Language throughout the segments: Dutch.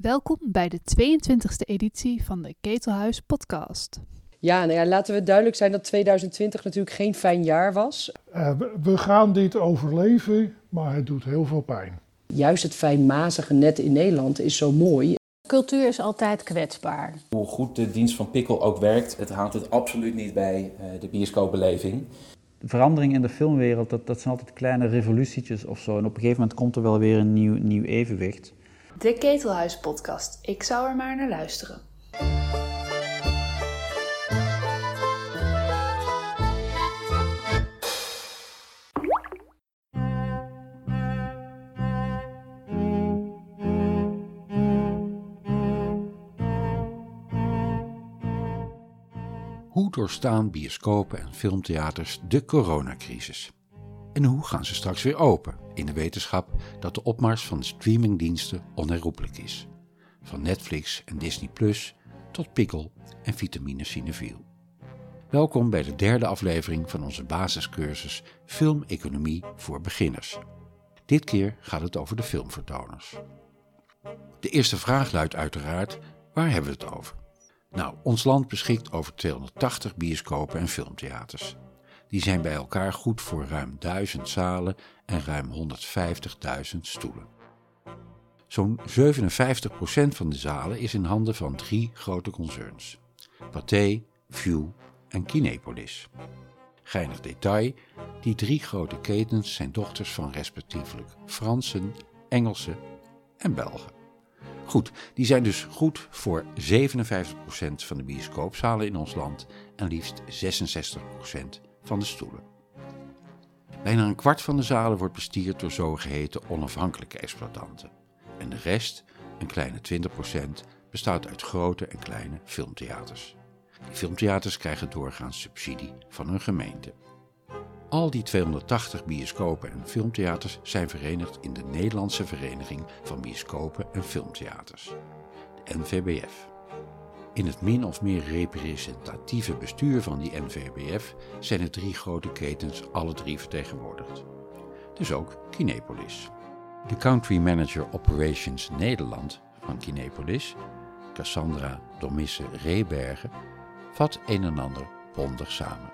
Welkom bij de 22e editie van de Ketelhuis podcast. Ja, laten we duidelijk zijn dat 2020 natuurlijk geen fijn jaar was. We gaan dit overleven, maar het doet heel veel pijn. Juist het fijnmazige net in Nederland is zo mooi. Cultuur is altijd kwetsbaar. Hoe goed de dienst van Pikkel ook werkt, het haalt het absoluut niet bij de bioscoopbeleving. De verandering in de filmwereld, dat zijn altijd kleine revolutietjes of zo. En op een gegeven moment komt er wel weer een nieuw evenwicht. De Ketelhuis podcast. Ik zou er maar naar luisteren. Hoe doorstaan bioscopen en filmtheaters de coronacrisis? En hoe gaan ze straks weer open, in de wetenschap dat de opmars van de streamingdiensten onherroepelijk is? Van Netflix en Disney Plus tot Pikkel en Vitamine Cineviel. Welkom bij de derde aflevering van onze basiscursus Filmeconomie voor beginners. Dit keer gaat het over de filmvertoners. De eerste vraag luidt uiteraard, waar hebben we het over? Nou, ons land beschikt over 280 bioscopen en filmtheaters. Die zijn bij elkaar goed voor ruim 1000 zalen en ruim 150.000 stoelen. Zo'n 57% van de zalen is in handen van 3 grote concerns: Pathé, Vue en Kinepolis. Geinig detail, die 3 grote ketens zijn dochters van respectievelijk Fransen, Engelsen en Belgen. Goed, die zijn dus goed voor 57% van de bioscoopzalen in ons land en liefst 66% van de stoelen. Bijna een kwart van de zalen wordt bestierd door zogeheten onafhankelijke exploitanten. En de rest, een kleine 20%, bestaat uit grote en kleine filmtheaters. Die filmtheaters krijgen doorgaans subsidie van hun gemeente. Al die 280 bioscopen en filmtheaters zijn verenigd in de Nederlandse Vereniging van Bioscopen en Filmtheaters, de NVBF. In het min of meer representatieve bestuur van die NVBF zijn de 3 grote ketens alle 3 vertegenwoordigd. Dus ook Kinepolis. De Country Manager Operations Nederland van Kinepolis, Cassandra Domisse-Rebergen, vat een en ander bondig samen.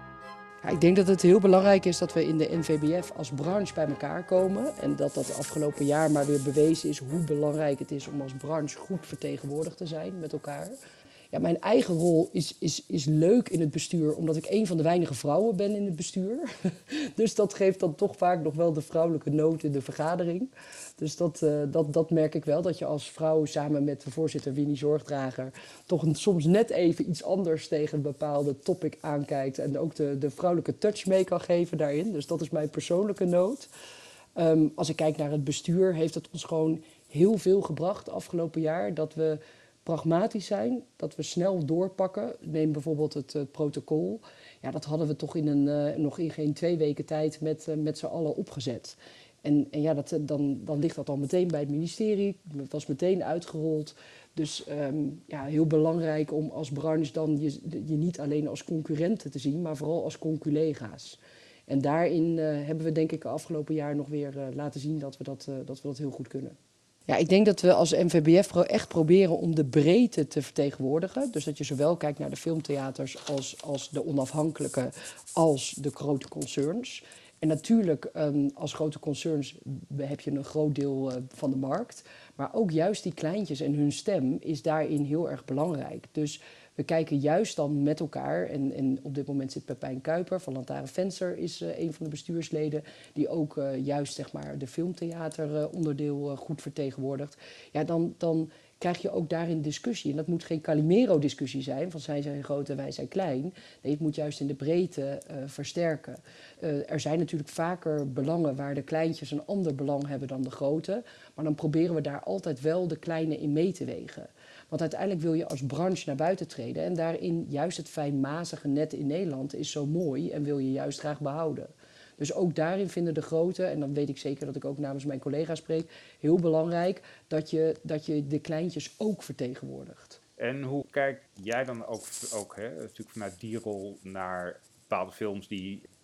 Ja, ik denk dat het heel belangrijk is dat we in de NVBF als branche bij elkaar komen. En dat dat afgelopen jaar maar weer bewezen is hoe belangrijk het is om als branche goed vertegenwoordigd te zijn met elkaar. Ja, mijn eigen rol is leuk in het bestuur, omdat ik een van de weinige vrouwen ben in het bestuur. Dus dat geeft dan toch vaak nog wel de vrouwelijke noot in de vergadering. Dus dat merk ik wel, dat je als vrouw samen met de voorzitter Winnie Zorgdrager toch soms net even iets anders tegen een bepaalde topic aankijkt. En ook de vrouwelijke touch mee kan geven daarin. Dus dat is mijn persoonlijke noot. Als ik kijk naar het bestuur, heeft het ons gewoon heel veel gebracht afgelopen jaar. Dat we pragmatisch zijn, dat we snel doorpakken. Neem bijvoorbeeld het protocol. Ja, dat hadden we toch nog in geen 2 weken tijd met z'n allen opgezet. En ja, dan ligt dat al meteen bij het ministerie. Het was meteen uitgerold. Dus heel belangrijk om als branche dan je niet alleen als concurrenten te zien, maar vooral als conculega's. En daarin hebben we denk ik afgelopen jaar nog weer laten zien dat we dat heel goed kunnen. Ja, ik denk dat we als NVBF echt proberen om de breedte te vertegenwoordigen. Dus dat je zowel kijkt naar de filmtheaters als de onafhankelijke, als de grote concerns. En natuurlijk, als grote concerns heb je een groot deel van de markt. Maar ook juist die kleintjes en hun stem is daarin heel erg belangrijk. Dus we kijken juist dan met elkaar. En op dit moment zit Pepijn Kuiper van Lantaarnvenster is een van de bestuursleden. Die ook juist zeg maar de filmtheateronderdeel goed vertegenwoordigt. Ja, dan krijg je ook daarin discussie. En dat moet geen Calimero-discussie zijn, van zij zijn groot en wij zijn klein. Nee, het moet juist in de breedte versterken. Er zijn natuurlijk vaker belangen waar de kleintjes een ander belang hebben dan de grote. Maar dan proberen we daar altijd wel de kleine in mee te wegen. Want uiteindelijk wil je als branche naar buiten treden. En daarin juist het fijnmazige net in Nederland is zo mooi en wil je juist graag behouden. Dus ook daarin vinden de grote, en dan weet ik zeker dat ik ook namens mijn collega's spreek, heel belangrijk dat je de kleintjes ook vertegenwoordigt. En hoe kijk jij dan ook hè, natuurlijk vanuit die rol naar bepaalde films die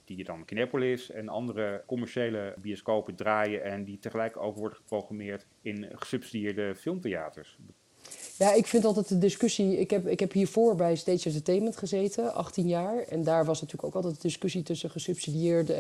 die dan Kinepolis en andere commerciële bioscopen draaien en die tegelijk ook worden geprogrammeerd in gesubsidieerde filmtheaters. Ja, ik vind altijd de discussie... Ik heb hiervoor bij Stage Entertainment gezeten, 18 jaar. En daar was natuurlijk ook altijd de discussie tussen gesubsidieerde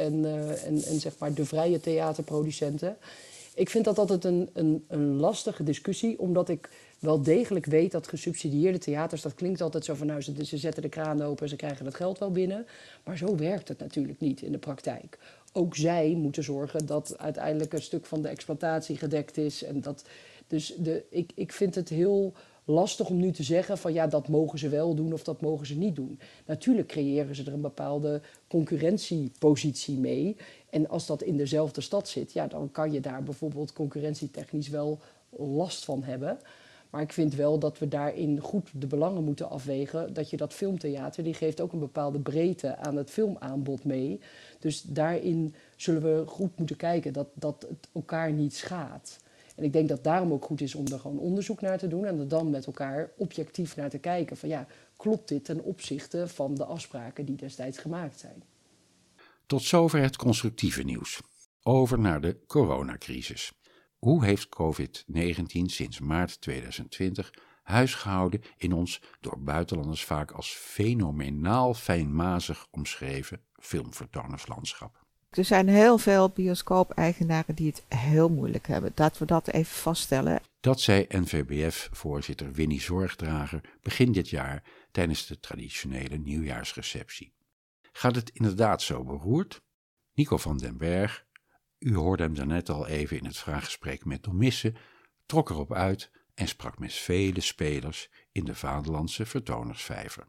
en zeg maar de vrije theaterproducenten. Ik vind dat altijd een lastige discussie, omdat ik wel degelijk weet dat gesubsidieerde theaters... dat klinkt altijd zo van, nou, ze zetten de kraan open en ze krijgen het geld wel binnen. Maar zo werkt het natuurlijk niet in de praktijk. Ook zij moeten zorgen dat uiteindelijk een stuk van de exploitatie gedekt is. En dat, dus ik vind het heel lastig om nu te zeggen van ja, dat mogen ze wel doen of dat mogen ze niet doen. Natuurlijk creëren ze er een bepaalde concurrentiepositie mee. En als dat in dezelfde stad zit, ja, dan kan je daar bijvoorbeeld concurrentietechnisch wel last van hebben. Maar ik vind wel dat we daarin goed de belangen moeten afwegen. Dat je dat filmtheater, die geeft ook een bepaalde breedte aan het filmaanbod mee. Dus daarin zullen we goed moeten kijken dat het elkaar niet schaadt. En ik denk dat daarom ook goed is om er gewoon onderzoek naar te doen en er dan met elkaar objectief naar te kijken van ja, klopt dit ten opzichte van de afspraken die destijds gemaakt zijn. Tot zover het constructieve nieuws. Over naar de coronacrisis. Hoe heeft COVID-19 sinds maart 2020 huisgehouden in ons door buitenlanders vaak als fenomenaal fijnmazig omschreven filmvertonerslandschap? Er zijn heel veel bioscoop-eigenaren die het heel moeilijk hebben. Laten we dat even vaststellen. Dat zei NVBF-voorzitter Winnie Zorgdrager begin dit jaar tijdens de traditionele nieuwjaarsreceptie. Gaat het inderdaad zo beroerd? Nico van den Berg, u hoorde hem daarnet al even in het vraaggesprek met Domisse, trok erop uit en sprak met vele spelers in de vaderlandse vertonersvijver.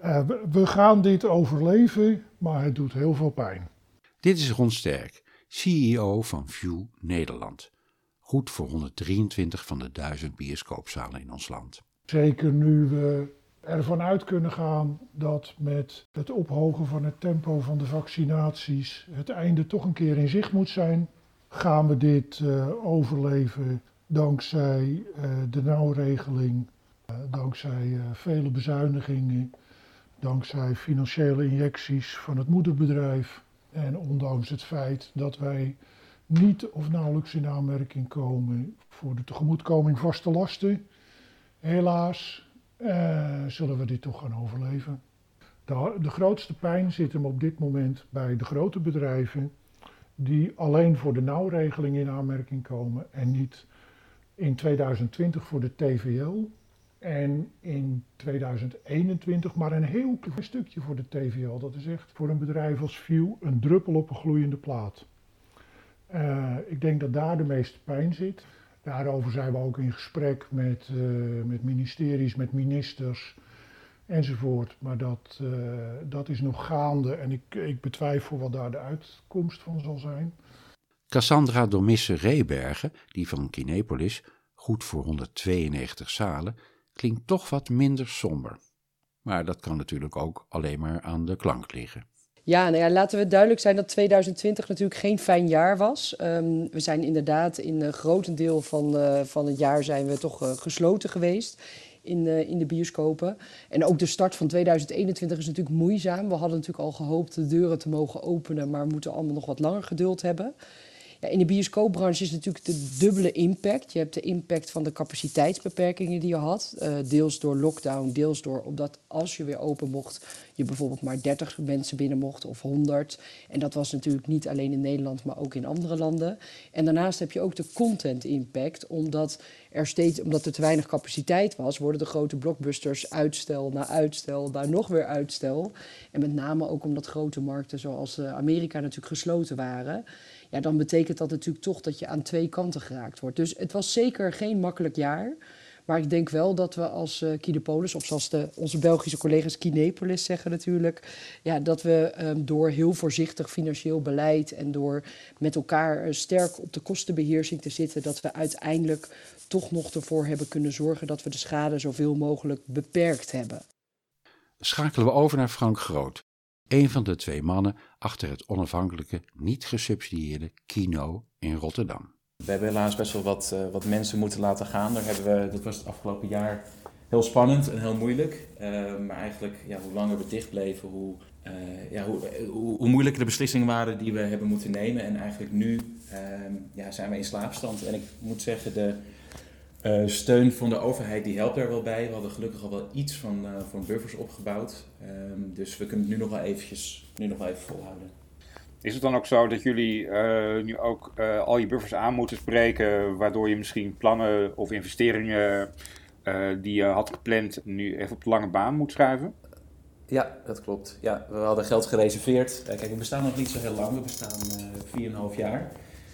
We gaan dit overleven, maar het doet heel veel pijn. Dit is Ron Sterk, CEO van View Nederland. Goed voor 123 van de 1000 bioscoopzalen in ons land. Zeker nu we ervan uit kunnen gaan dat met het ophogen van het tempo van de vaccinaties het einde toch een keer in zicht moet zijn, gaan we dit overleven dankzij de nauwregeling, dankzij vele bezuinigingen, dankzij financiële injecties van het moederbedrijf. En ondanks het feit dat wij niet of nauwelijks in aanmerking komen voor de tegemoetkoming vaste lasten, helaas zullen we dit toch gaan overleven. De grootste pijn zit hem op dit moment bij de grote bedrijven die alleen voor de nauwregeling in aanmerking komen en niet in 2020 voor de TVL. En in 2021 maar een heel klein stukje voor de TVL. Dat is echt voor een bedrijf als View een druppel op een gloeiende plaat. Ik denk dat daar de meeste pijn zit. Daarover zijn we ook in gesprek met ministeries, met ministers enzovoort. Maar dat is nog gaande en ik betwijfel wat daar de uitkomst van zal zijn. Cassandra Domisse-Rebergen, die van Kinepolis, goed voor 192 zalen, klinkt toch wat minder somber. Maar dat kan natuurlijk ook alleen maar aan de klank liggen. Ja, nou ja, laten we duidelijk zijn dat 2020 natuurlijk geen fijn jaar was. We zijn inderdaad in een grotendeel van het jaar zijn we toch gesloten geweest in de bioscopen. En ook de start van 2021 is natuurlijk moeizaam. We hadden natuurlijk al gehoopt de deuren te mogen openen, maar we moeten allemaal nog wat langer geduld hebben. Ja, in de bioscoopbranche is natuurlijk de dubbele impact. Je hebt de impact van de capaciteitsbeperkingen die je had. Deels door lockdown, deels door omdat als je weer open mocht, je bijvoorbeeld maar 30 mensen binnen mocht of 100. En dat was natuurlijk niet alleen in Nederland, maar ook in andere landen. En daarnaast heb je ook de content impact. Omdat er te weinig capaciteit was, worden de grote blockbusters uitstel na uitstel, daar nog weer uitstel. En met name ook omdat grote markten zoals Amerika natuurlijk gesloten waren. Ja, dan betekent dat natuurlijk toch dat je aan twee kanten geraakt wordt. Dus het was zeker geen makkelijk jaar. Maar ik denk wel dat we als Kinepolis, of zoals onze Belgische collega's Kinepolis zeggen natuurlijk, ja, dat we door heel voorzichtig financieel beleid en door met elkaar sterk op de kostenbeheersing te zitten, dat we uiteindelijk toch nog ervoor hebben kunnen zorgen dat we de schade zoveel mogelijk beperkt hebben. Schakelen we over naar Frank Groot. Een van de twee mannen achter het onafhankelijke, niet gesubsidieerde Kino in Rotterdam. We hebben helaas best wel wat mensen moeten laten gaan. Dat was het afgelopen jaar heel spannend en heel moeilijk. Maar eigenlijk, ja, hoe langer we dicht bleven, hoe hoe moeilijker de beslissingen waren die we hebben moeten nemen. En eigenlijk nu zijn we in slaapstand. En ik moet zeggen, de steun van de overheid die helpt daar wel bij. We hadden gelukkig al wel iets van buffers opgebouwd. Dus we kunnen het nu nog wel even volhouden. Is het dan ook zo dat jullie nu ook al je buffers aan moeten spreken, waardoor je misschien plannen of investeringen die je had gepland nu even op de lange baan moet schuiven? Ja, dat klopt. Ja, we hadden geld gereserveerd. Kijk, we bestaan nog niet zo heel lang. We bestaan 4,5 jaar.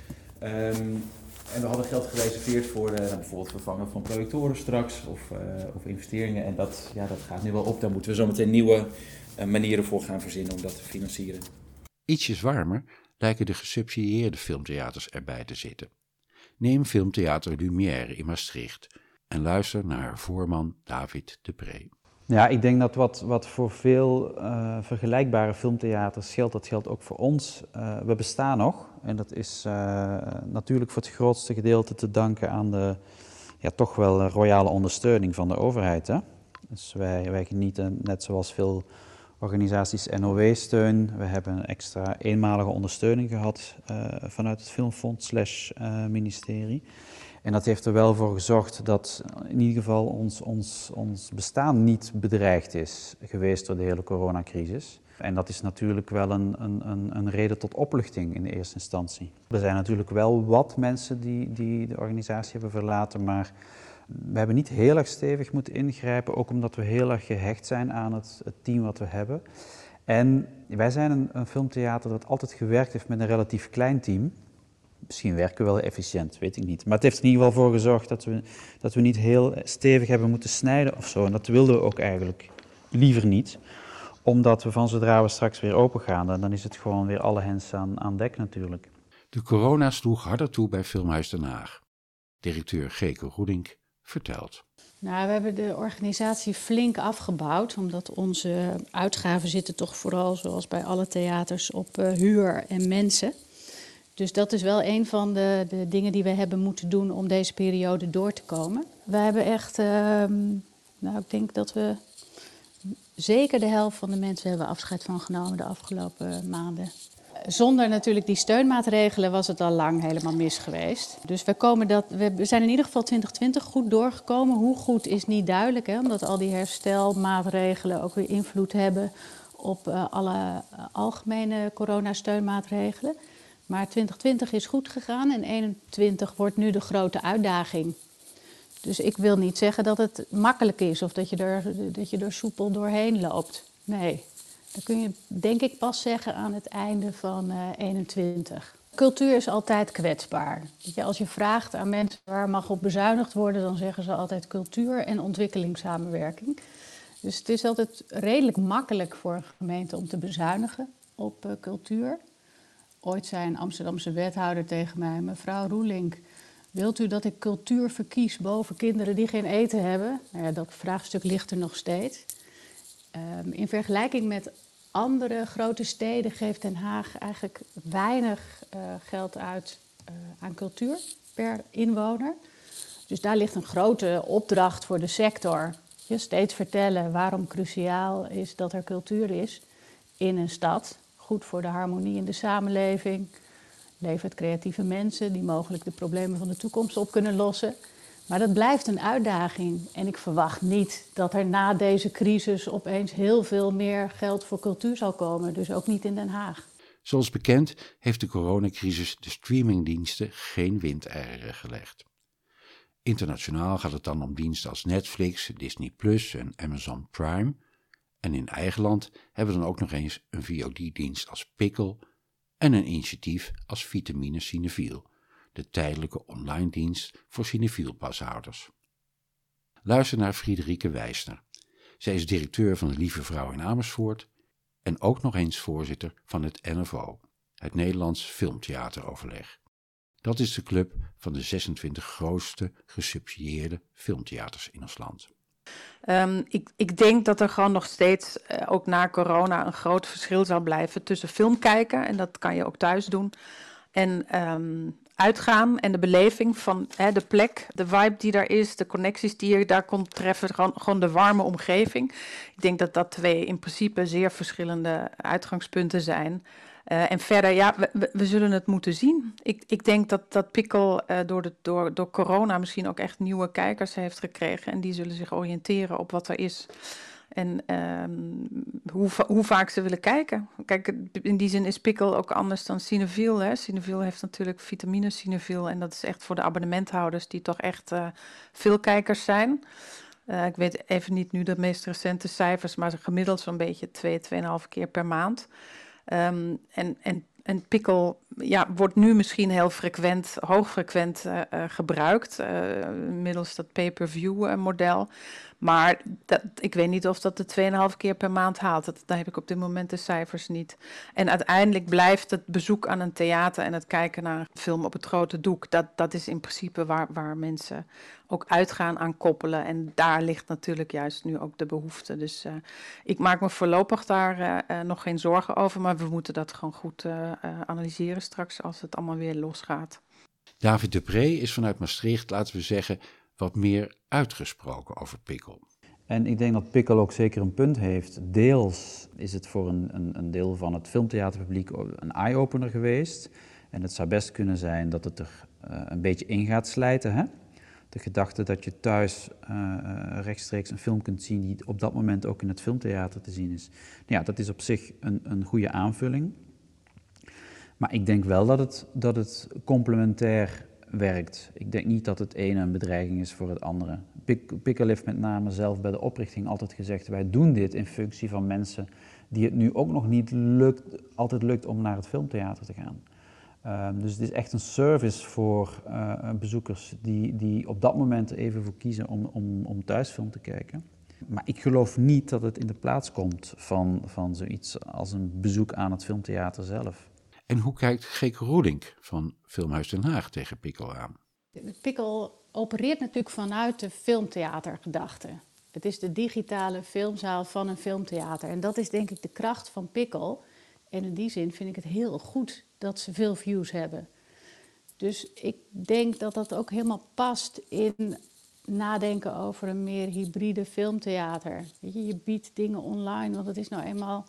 En we hadden geld gereserveerd voor bijvoorbeeld vervangen van projectoren straks of investeringen. En dat gaat nu wel op. Daar moeten we zometeen nieuwe manieren voor gaan verzinnen om dat te financieren. Ietsjes warmer lijken de gesubsidieerde filmtheaters erbij te zitten. Neem Filmtheater Lumière in Maastricht en luister naar haar voorman David de Pre. Ja, ik denk dat wat voor veel vergelijkbare filmtheaters geldt, dat geldt ook voor ons. We bestaan nog en dat is natuurlijk voor het grootste gedeelte te danken aan de toch wel royale ondersteuning van de overheid. Hè? Dus wij genieten, net zoals veel organisaties, NOW-steun. We hebben een extra eenmalige ondersteuning gehad vanuit het Filmfonds /ministerie. En dat heeft er wel voor gezorgd dat in ieder geval ons bestaan niet bedreigd is geweest door de hele coronacrisis. En dat is natuurlijk wel een reden tot opluchting in de eerste instantie. Er zijn natuurlijk wel wat mensen die de organisatie hebben verlaten, maar we hebben niet heel erg stevig moeten ingrijpen, ook omdat we heel erg gehecht zijn aan het team wat we hebben. En wij zijn een filmtheater dat altijd gewerkt heeft met een relatief klein team. Misschien werken we wel efficiënt, weet ik niet. Maar het heeft er in ieder geval voor gezorgd dat we niet heel stevig hebben moeten snijden of zo. En dat wilden we ook eigenlijk liever niet. Omdat we van zodra we straks weer open gaan, dan is het gewoon weer alle hens aan dek natuurlijk. De corona sloeg harder toe bij Filmhuis Den Haag. Directeur Geke Roedink vertelt. Nou, we hebben de organisatie flink afgebouwd, omdat onze uitgaven zitten toch vooral, zoals bij alle theaters, op huur en mensen. Dus dat is wel een van de dingen die we hebben moeten doen om deze periode door te komen. We hebben echt, ik denk dat we zeker de helft van de mensen hebben afscheid van genomen de afgelopen maanden. Zonder natuurlijk die steunmaatregelen was het al lang helemaal mis geweest. Dus we zijn in ieder geval 2020 goed doorgekomen. Hoe goed is niet duidelijk, hè, omdat al die herstelmaatregelen ook weer invloed hebben op alle algemene coronasteunmaatregelen. Maar 2020 is goed gegaan en 2021 wordt nu de grote uitdaging. Dus ik wil niet zeggen dat het makkelijk is of dat je er soepel doorheen loopt. Nee, dat kun je denk ik pas zeggen aan het einde van 2021. Cultuur is altijd kwetsbaar. Als je vraagt aan mensen waar mag op bezuinigd worden, dan zeggen ze altijd cultuur en ontwikkelingssamenwerking. Dus het is altijd redelijk makkelijk voor een gemeente om te bezuinigen op cultuur. Ooit zei een Amsterdamse wethouder tegen mij: mevrouw Roelink, wilt u dat ik cultuur verkies boven kinderen die geen eten hebben? Nou ja, dat vraagstuk ligt er nog steeds. In vergelijking met andere grote steden geeft Den Haag eigenlijk weinig geld uit aan cultuur per inwoner. Dus daar ligt een grote opdracht voor de sector. Je steeds vertellen waarom cruciaal is dat er cultuur is in een stad. Goed voor de harmonie in de samenleving. Levert creatieve mensen die mogelijk de problemen van de toekomst op kunnen lossen. Maar dat blijft een uitdaging. En ik verwacht niet dat er na deze crisis opeens heel veel meer geld voor cultuur zal komen. Dus ook niet in Den Haag. Zoals bekend heeft de coronacrisis de streamingdiensten geen windeieren gelegd. Internationaal gaat het dan om diensten als Netflix, Disney Plus en Amazon Prime. En in eigen land hebben we dan ook nog eens een VOD-dienst als Pickle en een initiatief als Vitamine Cinefiel, de tijdelijke online dienst voor cinefielpashouders. Luister naar Friederike Wijsner. Zij is directeur van de Lieve Vrouw in Amersfoort en ook nog eens voorzitter van het NFO, het Nederlands Filmtheateroverleg. Dat is de club van de 26 grootste gesubsidieerde filmtheaters in ons land. Ik denk dat er gewoon nog steeds, ook na corona, een groot verschil zal blijven tussen film kijken, en dat kan je ook thuis doen, en uitgaan en de beleving van de plek, de vibe die daar is, de connecties die je daar kon treffen, gewoon de warme omgeving. Ik denk dat dat 2 in principe zeer verschillende uitgangspunten zijn. En verder, ja, we zullen het moeten zien. Ik denk dat Pikkel door corona misschien ook echt nieuwe kijkers heeft gekregen. En die zullen zich oriënteren op wat er is. En hoe vaak ze willen kijken. Kijk, in die zin is Pikkel ook anders dan Cineviel. Hè? Cineviel heeft natuurlijk vitamine Cineviel. En dat is echt voor de abonnementhouders die toch echt veel kijkers zijn. Ik weet even niet nu de meest recente cijfers, maar gemiddeld zo'n beetje 2,5 keer per maand. En Pikkel wordt nu misschien heel hoogfrequent gebruikt, middels dat pay-per-view model. Maar ik weet niet of dat de 2,5 keer per maand haalt. Daar heb ik op dit moment de cijfers niet. En uiteindelijk blijft het bezoek aan een theater en het kijken naar een film op het grote doek. Dat is in principe waar mensen ook uitgaan aan koppelen. En daar ligt natuurlijk juist nu ook de behoefte. Dus ik maak me voorlopig daar nog geen zorgen over. Maar we moeten dat gewoon goed analyseren straks als het allemaal weer losgaat. David de Pre is vanuit Maastricht, laten we zeggen, wat meer uitgesproken over Pikkel. En ik denk dat Pikkel ook zeker een punt heeft. Deels is het voor een deel van het filmtheaterpubliek een eye-opener geweest. En het zou best kunnen zijn dat het er een beetje in gaat slijten. Hè? De gedachte dat je thuis rechtstreeks een film kunt zien die op dat moment ook in het filmtheater te zien is. Ja, dat is op zich een goede aanvulling. Maar ik denk wel dat het complementair werkt. Ik denk niet dat het ene een bedreiging is voor het andere. Pikkel heeft met name zelf bij de oprichting altijd gezegd, wij doen dit in functie van mensen die het nu ook nog niet altijd lukt om naar het filmtheater te gaan. Dus het is echt een service voor bezoekers die op dat moment even voor kiezen om thuisfilm te kijken. Maar ik geloof niet dat het in de plaats komt van zoiets als een bezoek aan het filmtheater zelf. En hoe kijkt Geke Roelink van Filmhuis Den Haag tegen Pikkel aan? Pikkel opereert natuurlijk vanuit de filmtheatergedachte. Het is de digitale filmzaal van een filmtheater. En dat is denk ik de kracht van Pikkel. En in die zin vind ik het heel goed dat ze veel views hebben. Dus ik denk dat dat ook helemaal past in nadenken over een meer hybride filmtheater. Weet je biedt dingen online, want het is nou eenmaal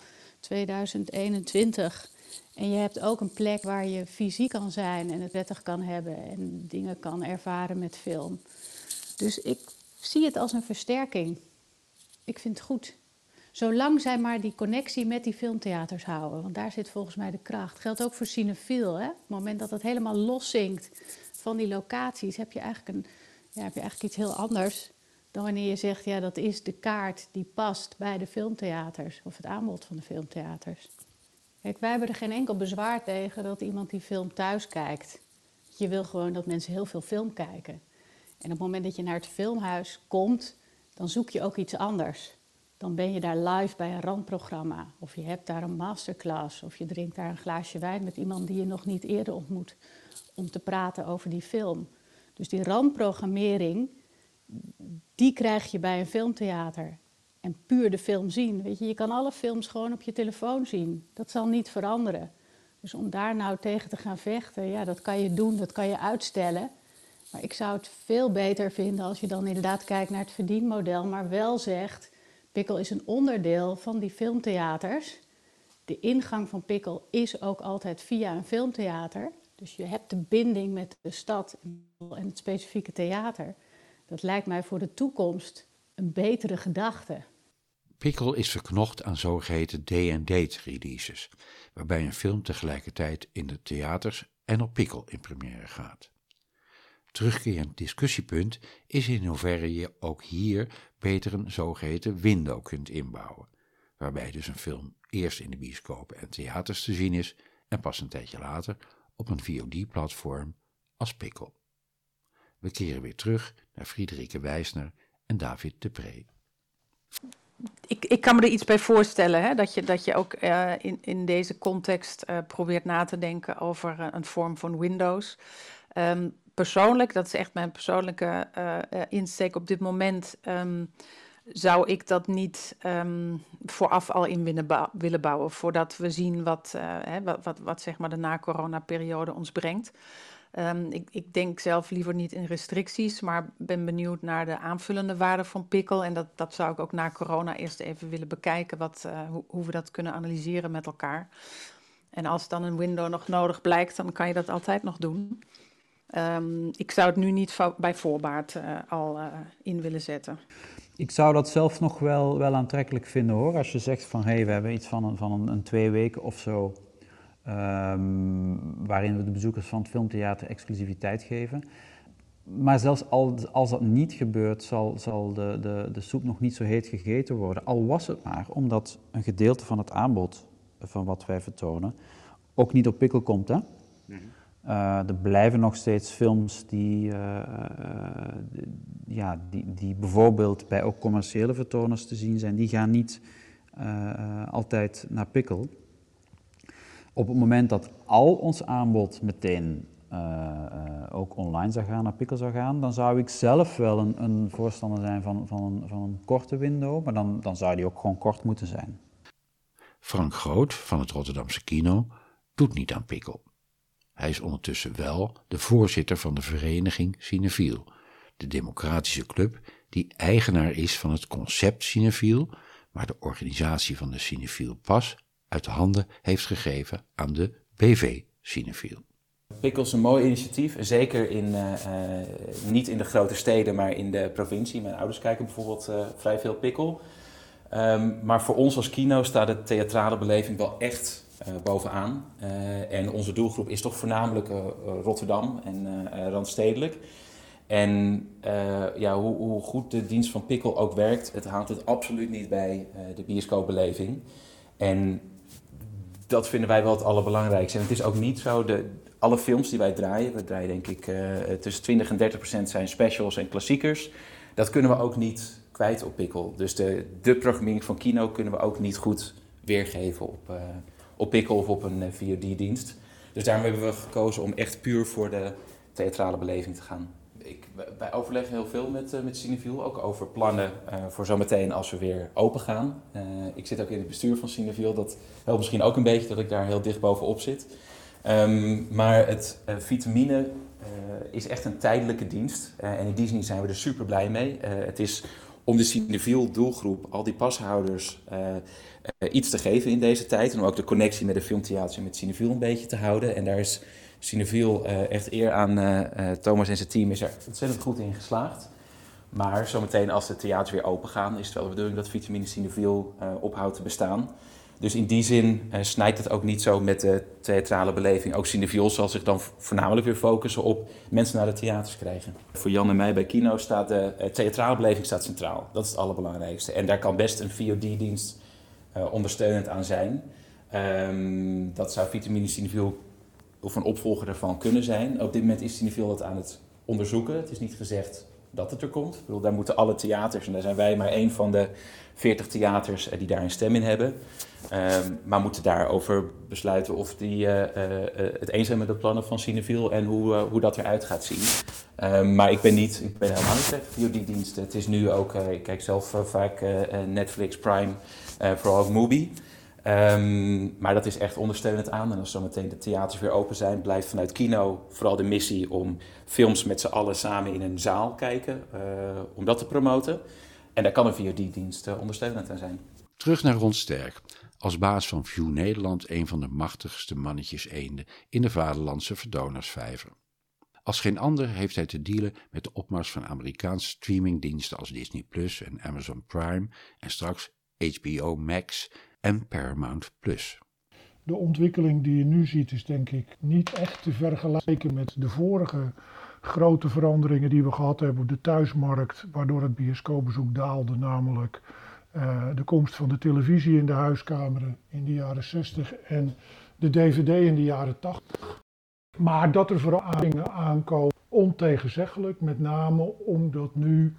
2021. En je hebt ook een plek waar je fysiek kan zijn en het prettig kan hebben en dingen kan ervaren met film. Dus ik zie het als een versterking. Ik vind het goed. Zolang zij maar die connectie met die filmtheaters houden, want daar zit volgens mij de kracht. Geldt ook voor Cineviel. Hè? Op het moment dat het helemaal loszinkt van die locaties, heb je eigenlijk iets heel anders dan wanneer je zegt, ja, dat is de kaart die past bij de filmtheaters of het aanbod van de filmtheaters. Kijk, wij hebben er geen enkel bezwaar tegen dat iemand die film thuis kijkt. Je wil gewoon dat mensen heel veel film kijken. En op het moment dat je naar het filmhuis komt, dan zoek je ook iets anders. Dan ben je daar live bij een randprogramma. Of je hebt daar een masterclass. Of je drinkt daar een glaasje wijn met iemand die je nog niet eerder ontmoet. Om te praten over die film. Dus die randprogrammering, die krijg je bij een filmtheater. En puur de film zien. Weet je kan alle films gewoon op je telefoon zien. Dat zal niet veranderen. Dus om daar nou tegen te gaan vechten, ja, dat kan je doen, dat kan je uitstellen. Maar ik zou het veel beter vinden als je dan inderdaad kijkt naar het verdienmodel, maar wel zegt, Pikkel is een onderdeel van die filmtheaters. De ingang van Pikkel is ook altijd via een filmtheater. Dus je hebt de binding met de stad en het specifieke theater. Dat lijkt mij voor de toekomst een betere gedachte. Pikkel is verknocht aan zogeheten day-and-date releases, waarbij een film tegelijkertijd in de theaters en op Pikkel in première gaat. Terugkerend discussiepunt is in hoeverre je ook hier beter een zogeheten window kunt inbouwen, waarbij dus een film eerst in de bioscopen en theaters te zien is en pas een tijdje later op een VOD-platform als Pikkel. We keren weer terug naar Friederike Wijsner en David de Pre. Ik kan me er iets bij voorstellen, hè? Dat je ook in deze context probeert na te denken over een vorm van Windows. Persoonlijk, dat is echt mijn persoonlijke insteek op dit moment, zou ik dat niet vooraf al in willen bouwen, voordat we zien wat zeg maar de na-corona-periode ons brengt. Ik denk zelf liever niet in restricties, maar ben benieuwd naar de aanvullende waarde van Pikkel. En dat zou ik ook na corona eerst even willen bekijken, hoe we dat kunnen analyseren met elkaar. En als dan een window nog nodig blijkt, dan kan je dat altijd nog doen. Ik zou het nu niet bij voorbaat al in willen zetten. Ik zou dat zelf nog wel aantrekkelijk vinden hoor. Als je zegt van we hebben iets van een 2 weken of zo. Waarin we de bezoekers van het filmtheater exclusiviteit geven. Maar zelfs als dat niet gebeurt, zal de soep nog niet zo heet gegeten worden. Al was het maar omdat een gedeelte van het aanbod van wat wij vertonen ook niet op Pikkel komt. Hè? Er blijven nog steeds films die bijvoorbeeld bij ook commerciële vertoners te zien zijn. Die gaan niet altijd naar Pikkel. Op het moment dat al ons aanbod meteen ook online zou gaan, naar Pikkel zou gaan, dan zou ik zelf wel een voorstander zijn van een korte window, maar dan zou die ook gewoon kort moeten zijn. Frank Groot van het Rotterdamse Kino doet niet aan Pikkel. Hij is ondertussen wel de voorzitter van de vereniging Cinefiel, de democratische club die eigenaar is van het concept Cinefiel, maar de organisatie van de Cinefiel pas uit de handen heeft gegeven aan de BV Cinefiel. Pikkel is een mooi initiatief, zeker niet in de grote steden, maar in de provincie. Mijn ouders kijken bijvoorbeeld vrij veel Pikkel. Maar voor ons als kino staat de theatrale beleving wel echt bovenaan. En onze doelgroep is toch voornamelijk Rotterdam en randstedelijk. En hoe goed de dienst van Pikkel ook werkt, het haalt het absoluut niet bij de bioscoopbeleving. En dat vinden wij wel het allerbelangrijkste. En het is ook niet zo, alle films die wij draaien, we draaien denk ik tussen 20 en 30% zijn specials en klassiekers. Dat kunnen we ook niet kwijt op Pikkel. Dus de programmering van kino kunnen we ook niet goed weergeven op Pikkel of op een VOD-dienst. Dus daarom hebben we gekozen om echt puur voor de theatrale beleving te gaan. Wij overleggen heel veel met Cinefiel, ook over plannen voor zometeen als we weer open gaan. Ik zit ook in het bestuur van Cinefiel, dat helpt misschien ook een beetje dat ik daar heel dicht bovenop zit. Maar het vitamine is echt een tijdelijke dienst en in die zin zijn we er super blij mee. Het is om de Cinefiel doelgroep, al die pashouders, iets te geven in deze tijd. En om ook de connectie met de filmtheaters en met Cinefiel een beetje te houden. En daar is Cinefiel echt eer aan. Thomas en zijn team is er ontzettend goed in geslaagd. Maar zometeen als de theaters weer open gaan, is het wel de bedoeling dat Vitamine Cinefiel ophoudt te bestaan. Dus in die zin snijdt het ook niet zo met de theatrale beleving. Ook Cinefiel zal zich dan voornamelijk weer focussen op mensen naar de theaters krijgen. Voor Jan en mij bij Kino staat de theatrale beleving staat centraal. Dat is het allerbelangrijkste. En daar kan best een VOD-dienst ondersteunend aan zijn. Dat zou Vitamine Cinefiel of een opvolger daarvan kunnen zijn. Op dit moment is Cinefiel dat aan het onderzoeken. Het is niet gezegd dat het er komt. Ik bedoel, daar moeten alle theaters, en daar zijn wij maar één van de 40 theaters die daar een stem in hebben. Maar moeten daarover besluiten of die het eens zijn met de plannen van Cinefiel en hoe dat eruit gaat zien. Maar ik ben helemaal niet tegen VOD-diensten. Het is nu ook, ik kijk zelf vaak Netflix, Prime, vooral ook Mubi. Maar dat is echt ondersteunend aan. En als zometeen de theaters weer open zijn, blijft vanuit Kino vooral de missie om films met z'n allen samen in een zaal kijken, om dat te promoten. En daar kan een VOD-dienst ondersteunend aan zijn. Terug naar Ron Sterk, als baas van View Nederland een van de machtigste mannetjes eenden in de vaderlandse verdonersvijver. Als geen ander heeft hij te dealen met de opmars van Amerikaanse streamingdiensten als Disney Plus en Amazon Prime en straks HBO Max en Paramount Plus. De ontwikkeling die je nu ziet is denk ik niet echt te vergelijken met de vorige grote veranderingen die we gehad hebben op de thuismarkt, waardoor het bioscoopbezoek daalde, namelijk de komst van de televisie in de huiskamer in de jaren 60 en de DVD in de jaren 80. Maar dat er veranderingen aankomen, ontegenzeggelijk, met name omdat nu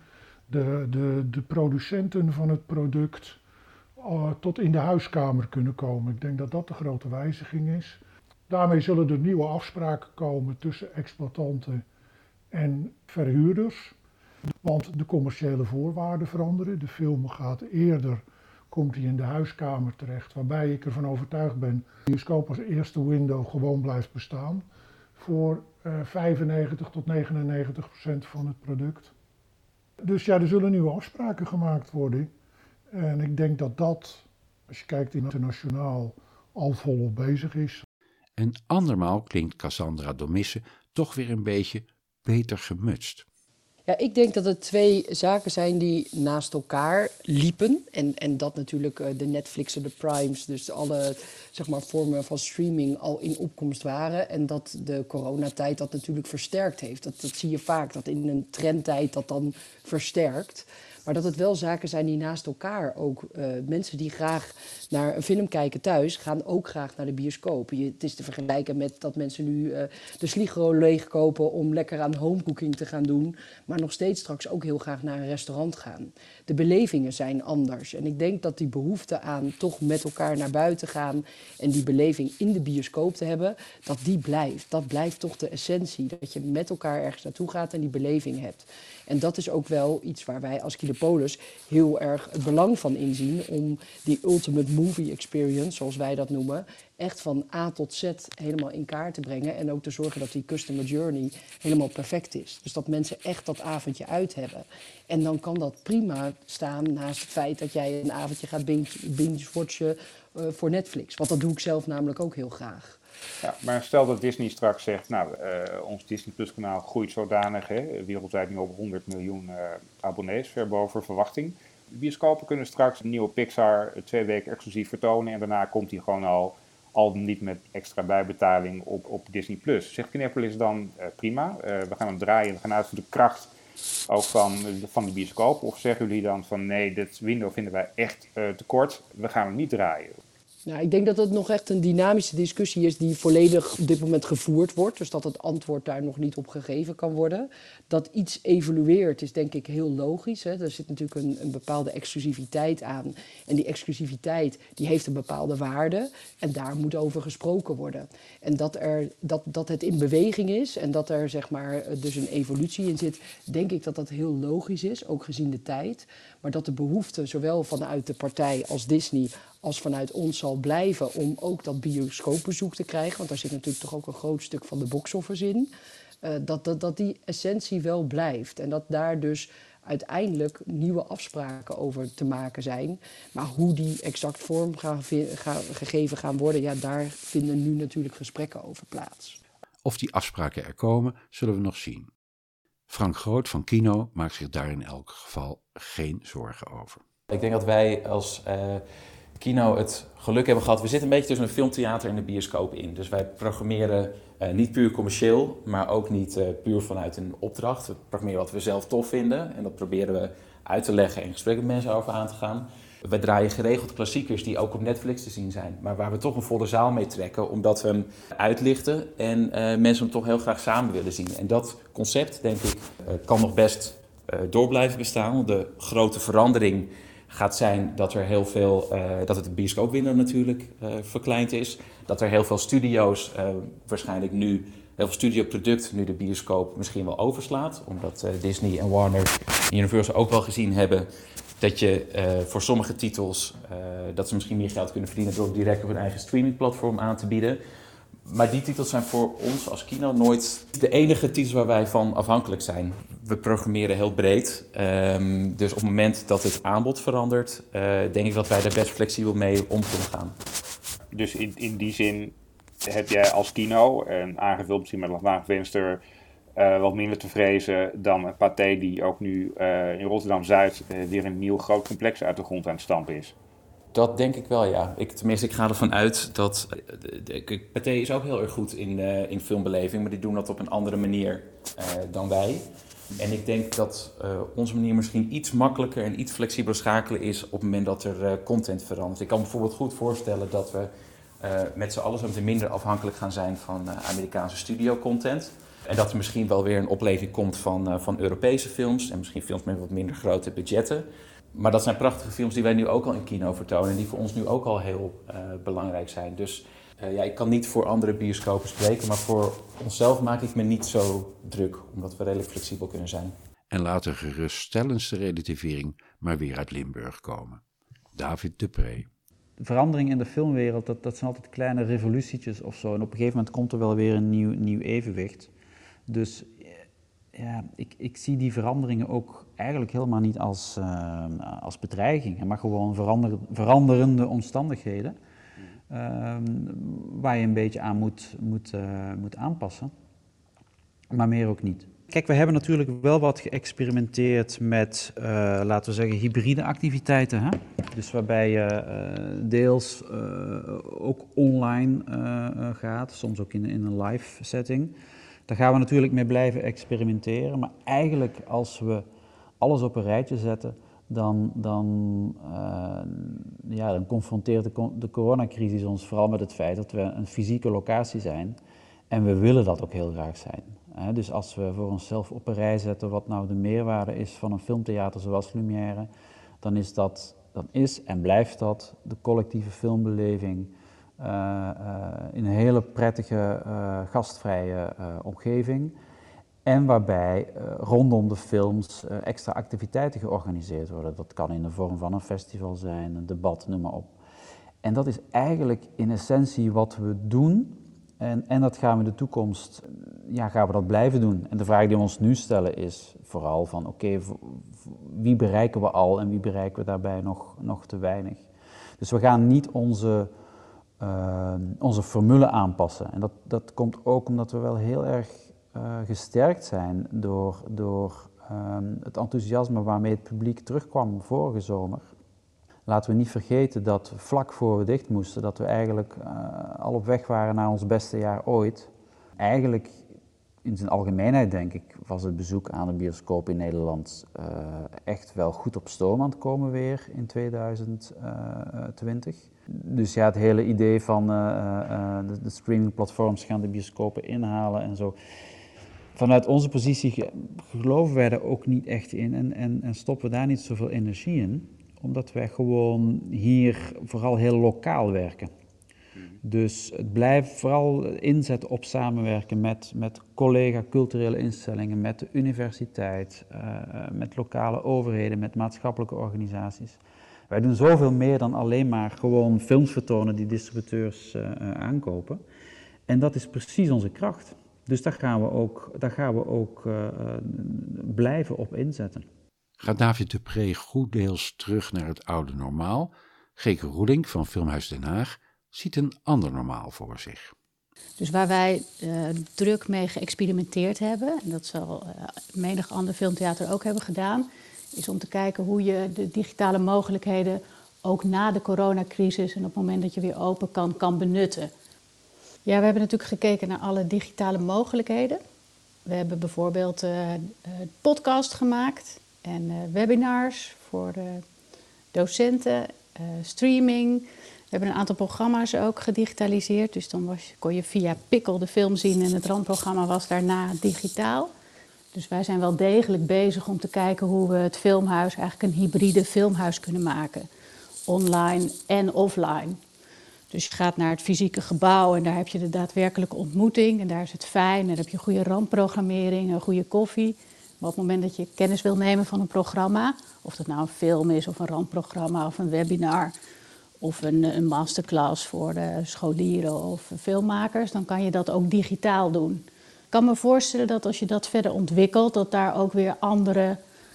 de producenten van het product tot in de huiskamer kunnen komen. Ik denk dat dat de grote wijziging is. Daarmee zullen er nieuwe afspraken komen tussen exploitanten en verhuurders. Want de commerciële voorwaarden veranderen. De film komt hij in de huiskamer terecht, waarbij ik ervan overtuigd ben dat de bioscoop als eerste window gewoon blijft bestaan voor 95 tot 99% van het product. Dus ja, er zullen nieuwe afspraken gemaakt worden. En ik denk dat dat, als je kijkt internationaal, al volop bezig is. En andermaal klinkt Cassandra Domisse toch weer een beetje beter gemutst. Ja, ik denk dat het twee zaken zijn die naast elkaar liepen. En dat natuurlijk de Netflixen, de Primes, dus alle zeg maar, vormen van streaming al in opkomst waren. En dat de coronatijd dat natuurlijk versterkt heeft. Dat zie je vaak, dat in een trendtijd dat dan versterkt. Maar dat het wel zaken zijn die naast elkaar ook... mensen die graag naar een film kijken thuis, gaan ook graag naar de bioscoop. Het is te vergelijken met dat mensen nu de Sligro leegkopen om lekker aan homecooking te gaan doen. Maar nog steeds straks ook heel graag naar een restaurant gaan. De belevingen zijn anders. En ik denk dat die behoefte aan toch met elkaar naar buiten gaan en die beleving in de bioscoop te hebben, dat die blijft. Dat blijft toch de essentie. Dat je met elkaar ergens naartoe gaat en die beleving hebt. En dat is ook wel iets waar wij als Kinepolis heel erg het belang van inzien om die ultimate movie experience, zoals wij dat noemen, echt van A tot Z helemaal in kaart te brengen. En ook te zorgen dat die customer journey helemaal perfect is. Dus dat mensen echt dat avondje uit hebben. En dan kan dat prima staan naast het feit dat jij een avondje gaat binge-watchen voor Netflix. Want dat doe ik zelf namelijk ook heel graag. Ja, maar stel dat Disney straks zegt, ons Disney Plus kanaal groeit zodanig, wereldwijd nu op 100 miljoen abonnees, ver boven verwachting. De bioscopen kunnen straks een nieuwe Pixar 2 weken exclusief vertonen en daarna komt die gewoon al niet met extra bijbetaling op Disney Plus. Zegt Kinepolis dan prima, we gaan hem draaien, we gaan uit voor de kracht ook van de bioscoop? Of zeggen jullie dan van nee, dit window vinden wij echt te kort, we gaan hem niet draaien? Nou, ik denk dat het nog echt een dynamische discussie is die volledig op dit moment gevoerd wordt. Dus dat het antwoord daar nog niet op gegeven kan worden. Dat iets evolueert is denk ik heel logisch. Hè. Er zit natuurlijk een bepaalde exclusiviteit aan. En die exclusiviteit die heeft een bepaalde waarde. En daar moet over gesproken worden. En dat het in beweging is en dat er zeg maar, dus een evolutie in zit, denk ik dat dat heel logisch is, ook gezien de tijd. Maar dat de behoefte zowel vanuit de partij als Disney als vanuit ons zal blijven om ook dat bioscoopbezoek te krijgen. Want daar zit natuurlijk toch ook een groot stuk van de box-office in. Dat die essentie wel blijft. En dat daar dus uiteindelijk nieuwe afspraken over te maken zijn. Maar hoe die exact vorm gegeven gaan worden, ja, daar vinden nu natuurlijk gesprekken over plaats. Of die afspraken er komen, zullen we nog zien. Frank Groot van Kino maakt zich daar in elk geval geen zorgen over. Ik denk dat wij als Kino het geluk hebben gehad. We zitten een beetje tussen een filmtheater en de bioscoop in. Dus wij programmeren niet puur commercieel, maar ook niet puur vanuit een opdracht. We programmeren wat we zelf tof vinden en dat proberen we uit te leggen en in gesprek met mensen over aan te gaan. We draaien geregeld klassiekers die ook op Netflix te zien zijn, maar waar we toch een volle zaal mee trekken, omdat we hem uitlichten en mensen hem toch heel graag samen willen zien. En dat concept, denk ik, kan nog best door blijven bestaan. De grote verandering gaat zijn dat er heel veel, dat het bioscoopwindow natuurlijk verkleind is. Dat er heel veel studio's, waarschijnlijk nu, heel veel studioproduct nu de bioscoop misschien wel overslaat. Omdat Disney en Warner en Universal ook wel gezien hebben dat je voor sommige titels, dat ze misschien meer geld kunnen verdienen door direct op hun eigen streamingplatform aan te bieden. Maar die titels zijn voor ons als Kino nooit de enige titels waar wij van afhankelijk zijn. We programmeren heel breed. Dus op het moment dat het aanbod verandert, denk ik dat wij daar best flexibel mee om kunnen gaan. Dus in die zin heb jij als Kino, aangevuld misschien met Latijn Venster, wat minder te vrezen dan een Pathé die ook nu in Rotterdam-Zuid weer een nieuw groot complex uit de grond aan het stampen is. Dat denk ik wel, ja. Ik ga ervan uit dat... Pathé is ook heel erg goed in filmbeleving, maar die doen dat op een andere manier dan wij. En ik denk dat onze manier misschien iets makkelijker en iets flexibeler schakelen is op het moment dat er content verandert. Ik kan me bijvoorbeeld goed voorstellen dat we met z'n allen zo meteen minder afhankelijk gaan zijn van Amerikaanse studiocontent. En dat er misschien wel weer een opleving komt van Europese films en misschien films met wat minder grote budgetten. Maar dat zijn prachtige films die wij nu ook al in Kino vertonen en die voor ons nu ook al heel belangrijk zijn. Dus ik kan niet voor andere bioscopen spreken, maar voor onszelf maak ik me niet zo druk, omdat we redelijk flexibel kunnen zijn. En laat de geruststellendste relativering maar weer uit Limburg komen. David Dupré. De verandering in de filmwereld, dat zijn altijd kleine revolutietjes of zo. En op een gegeven moment komt er wel weer een nieuw evenwicht. Dus ja, ik zie die veranderingen ook eigenlijk helemaal niet als bedreigingen, maar gewoon veranderende omstandigheden waar je een beetje aan moet aanpassen, maar meer ook niet. Kijk, we hebben natuurlijk wel wat geëxperimenteerd met, laten we zeggen, hybride activiteiten. Hè? Dus waarbij je deels ook online gaat, soms ook in een live setting. Daar gaan we natuurlijk mee blijven experimenteren. Maar eigenlijk als we alles op een rijtje zetten, dan confronteert de coronacrisis ons vooral met het feit dat we een fysieke locatie zijn. En we willen dat ook heel graag zijn. Dus als we voor onszelf op een rij zetten wat nou de meerwaarde is van een filmtheater zoals Lumière, dan is en blijft dat de collectieve filmbeleving in een hele prettige, gastvrije omgeving. En waarbij rondom de films extra activiteiten georganiseerd worden. Dat kan in de vorm van een festival zijn, een debat, noem maar op. En dat is eigenlijk in essentie wat we doen. En dat gaan we in de toekomst, gaan we dat blijven doen. En de vraag die we ons nu stellen is vooral van oké, wie bereiken we al en wie bereiken we daarbij nog te weinig. Dus we gaan niet onze formule aanpassen. En dat komt ook omdat we wel heel erg gesterkt zijn door het enthousiasme waarmee het publiek terugkwam vorige zomer. Laten we niet vergeten dat vlak voor we dicht moesten, dat we eigenlijk al op weg waren naar ons beste jaar ooit. Eigenlijk, in zijn algemeenheid denk ik, was het bezoek aan de bioscoop in Nederland echt wel goed op stoom aan het komen weer in 2020. Dus ja, het hele idee van de streamingplatforms gaan de bioscopen inhalen en zo. Vanuit onze positie geloven wij daar ook niet echt in en stoppen we daar niet zoveel energie in. Omdat wij gewoon hier vooral heel lokaal werken. Dus het blijft vooral inzetten op samenwerken met collega-culturele instellingen, met de universiteit, met lokale overheden, met maatschappelijke organisaties. Wij doen zoveel meer dan alleen maar gewoon films vertonen die distributeurs aankopen. En dat is precies onze kracht. Dus daar gaan we ook blijven op inzetten. Gaat David Depree goed deels terug naar het oude normaal? Geke Roelink van Filmhuis Den Haag ziet een ander normaal voor zich. Dus waar wij druk mee geëxperimenteerd hebben, en dat zal menig ander filmtheater ook hebben gedaan, is om te kijken hoe je de digitale mogelijkheden ook na de coronacrisis en op het moment dat je weer open kan benutten. Ja, we hebben natuurlijk gekeken naar alle digitale mogelijkheden. We hebben bijvoorbeeld podcast gemaakt en webinars voor docenten, streaming. We hebben een aantal programma's ook gedigitaliseerd. Dus dan kon je via Pikkel de film zien en het randprogramma was daarna digitaal. Dus wij zijn wel degelijk bezig om te kijken hoe we het filmhuis eigenlijk een hybride filmhuis kunnen maken. Online en offline. Dus je gaat naar het fysieke gebouw en daar heb je de daadwerkelijke ontmoeting. En daar is het fijn en daar heb je goede randprogrammering, een goede koffie. Maar op het moment dat je kennis wil nemen van een programma, of dat nou een film is of een randprogramma of een webinar of een masterclass voor scholieren of filmmakers, dan kan je dat ook digitaal doen. Ik kan me voorstellen dat als je dat verder ontwikkelt, dat daar ook weer andere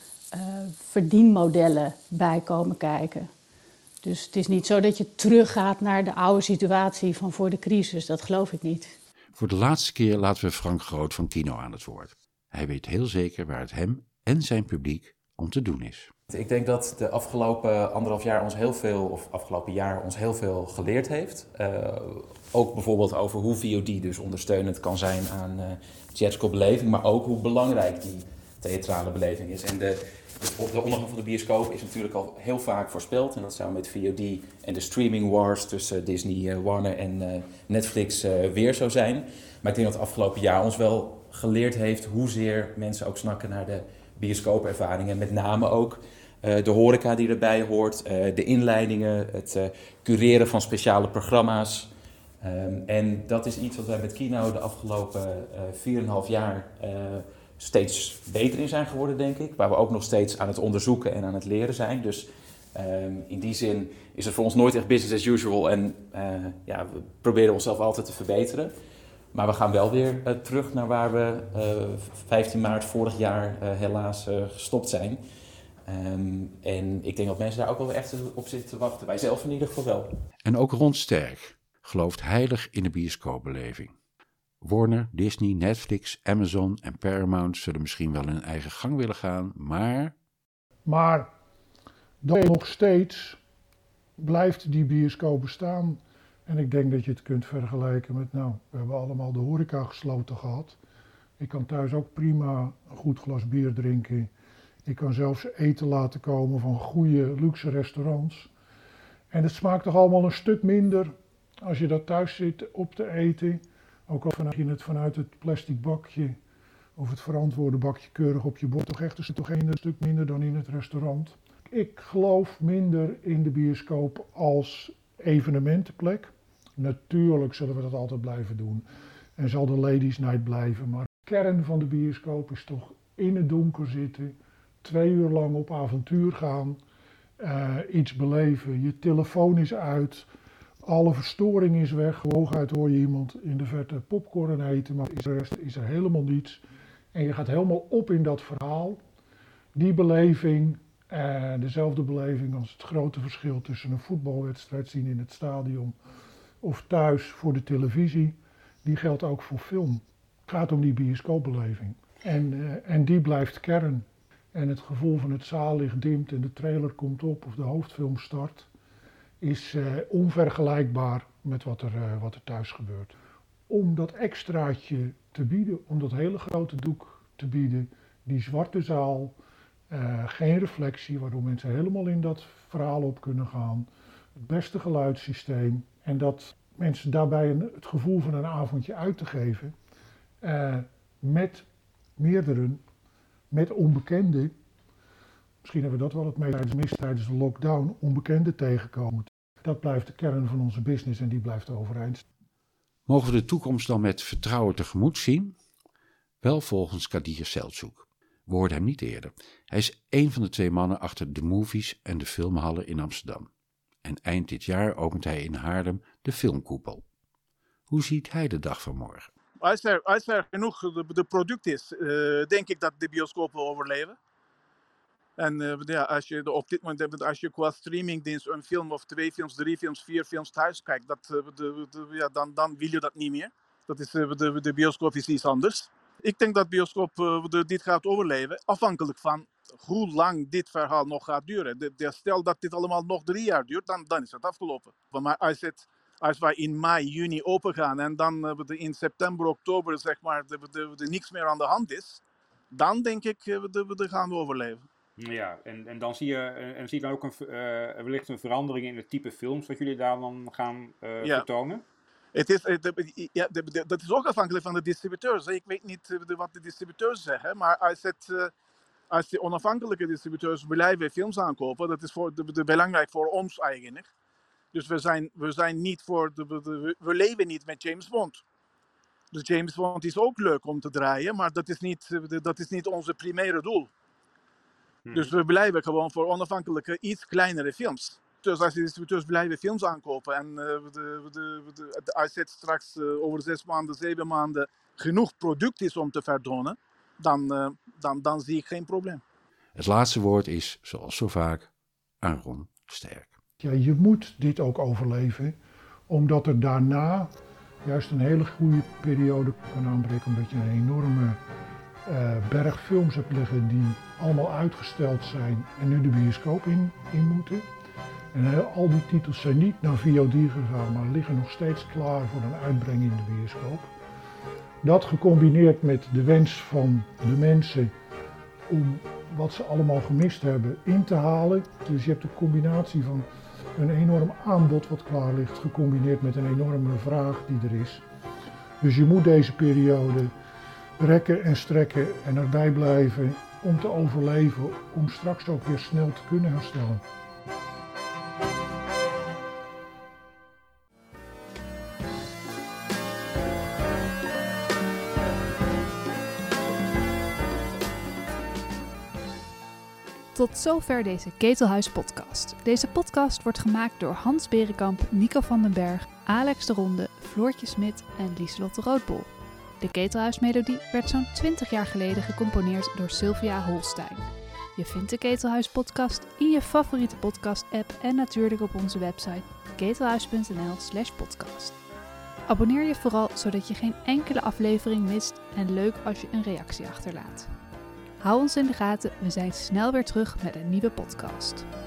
verdienmodellen bij komen kijken. Dus het is niet zo dat je teruggaat naar de oude situatie van voor de crisis. Dat geloof ik niet. Voor de laatste keer laten we Frank Groot van Kino aan het woord. Hij weet heel zeker waar het hem en zijn publiek om te doen is. Ik denk dat de afgelopen afgelopen jaar ons heel veel geleerd heeft. Ook bijvoorbeeld over hoe VOD dus ondersteunend kan zijn aan theatrical beleving, maar ook hoe belangrijk die theatrale beleving is. En de ondergang van de bioscoop is natuurlijk al heel vaak voorspeld. En dat zou met VOD en de streaming wars tussen Disney, Warner en Netflix weer zo zijn. Maar ik denk dat het afgelopen jaar ons wel geleerd heeft hoezeer mensen ook snakken naar de bioscoopervaringen. Met name ook de horeca die erbij hoort, de inleidingen, het cureren van speciale programma's. En dat is iets wat wij met Kino de afgelopen 4,5 jaar steeds beter in zijn geworden, denk ik. Waar we ook nog steeds aan het onderzoeken en aan het leren zijn. Dus in die zin is het voor ons nooit echt business as usual. En we proberen onszelf altijd te verbeteren. Maar we gaan wel weer terug naar waar we 15 maart vorig jaar helaas gestopt zijn. En ik denk dat mensen daar ook wel echt op zitten te wachten. Wij zelf in ieder geval wel. En ook Ron Sterk gelooft heilig in de bioscoopbeleving. Warner, Disney, Netflix, Amazon en Paramount zullen misschien wel hun eigen gang willen gaan, Maar dan nog steeds blijft die bioscoop bestaan. En ik denk dat je het kunt vergelijken met, we hebben allemaal de horeca gesloten gehad. Ik kan thuis ook prima een goed glas bier drinken. Ik kan zelfs eten laten komen van goede luxe restaurants. En het smaakt toch allemaal een stuk minder als je dat thuis zit op te eten. Ook al vanuit je het vanuit het plastic bakje of het verantwoorde bakje keurig op je bord. Toch echt is het toch een stuk minder dan in het restaurant. Ik geloof minder in de bioscoop als evenementenplek. Natuurlijk zullen we dat altijd blijven doen. En zal de ladies night blijven. Maar de kern van de bioscoop is toch in het donker zitten. 2 uur lang op avontuur gaan. Iets beleven. Je telefoon is uit. Alle verstoring is weg. Hooguit hoor je iemand in de verte popcorn eten. Maar de rest is er helemaal niets. En je gaat helemaal op in dat verhaal. Die beleving, dezelfde beleving als het grote verschil tussen een voetbalwedstrijd zien in het stadion of thuis voor de televisie, die geldt ook voor film. Het gaat om die bioscoopbeleving. En die blijft kern. En het gevoel van het zaallicht dimt en de trailer komt op of de hoofdfilm start, is onvergelijkbaar met wat er thuis gebeurt. Om dat extraatje te bieden, om dat hele grote doek te bieden, die zwarte zaal, geen reflectie, waardoor mensen helemaal in dat verhaal op kunnen gaan. Het beste geluidssysteem en dat mensen daarbij het gevoel van een avondje uit te geven met meerderen, met onbekenden. Misschien hebben we dat wel het meest gemist tijdens de lockdown, onbekenden tegenkomen. Dat blijft de kern van onze business en die blijft overeind. Mogen we de toekomst dan met vertrouwen tegemoet zien? Wel volgens Kadir Selçuk. We hoorden hem niet eerder. Hij is een van de 2 mannen achter de Movies en de filmhallen in Amsterdam. En eind dit jaar opent hij in Haarlem de Filmkoepel. Hoe ziet hij de dag van morgen? Als er genoeg de product is, denk ik dat de bioscoop wil overleven. En als je op dit moment als je qua streamingdienst een film of 2 films, 3 films, 4 films thuis kijkt, dan wil je dat niet meer. Dat is, de bioscoop is iets anders. Ik denk dat bioscoop dit gaat overleven, afhankelijk van hoe lang dit verhaal nog gaat duren. Stel dat dit allemaal nog 3 jaar duurt, dan is het afgelopen. Maar als wij in mei, juni open gaan en dan in september, oktober zeg maar er niks meer aan de hand is, dan denk ik we gaan overleven. Ja, en dan zie je dan ook wellicht een verandering in het type films wat jullie daar dan gaan vertonen? Dat is ook afhankelijk van de distributeurs. Ik weet niet wat de distributeurs zeggen, maar als de onafhankelijke distributeurs blijven films aankopen, dat is belangrijk voor ons eigenlijk. Dus we zijn niet we leven niet met James Bond. Dus James Bond is ook leuk om te draaien, maar dat is niet onze primaire doel. Dus we blijven gewoon voor onafhankelijke, iets kleinere films. Dus als de distributeurs blijven films aankopen en als het straks over 6 maanden, 7 maanden genoeg product is om te vertonen, dan zie ik geen probleem. Het laatste woord is, zoals zo vaak, aan Ron Sterk. Ja, je moet dit ook overleven, omdat er daarna juist een hele goede periode kan aanbreken, omdat je een enorme berg films hebt liggen die allemaal uitgesteld zijn en nu de bioscoop in moeten. En al die titels zijn niet naar VOD gegaan, maar liggen nog steeds klaar voor een uitbrenging in de bioscoop. Dat gecombineerd met de wens van de mensen om wat ze allemaal gemist hebben in te halen. Dus je hebt een combinatie van een enorm aanbod wat klaar ligt, gecombineerd met een enorme vraag die er is. Dus je moet deze periode rekken en strekken en erbij blijven om te overleven, om straks ook weer snel te kunnen herstellen. Tot zover deze Ketelhuis podcast. Deze podcast wordt gemaakt door Hans Berenkamp, Nico van den Berg, Alex de Ronde, Floortje Smit en Lieselotte Roodbol. De Ketelhuismelodie werd zo'n 20 jaar geleden gecomponeerd door Sylvia Holstein. Je vindt de Ketelhuis podcast in je favoriete podcast app en natuurlijk op onze website ketelhuis.nl/podcast. Abonneer je vooral zodat je geen enkele aflevering mist en leuk als je een reactie achterlaat. Hou ons in de gaten, we zijn snel weer terug met een nieuwe podcast.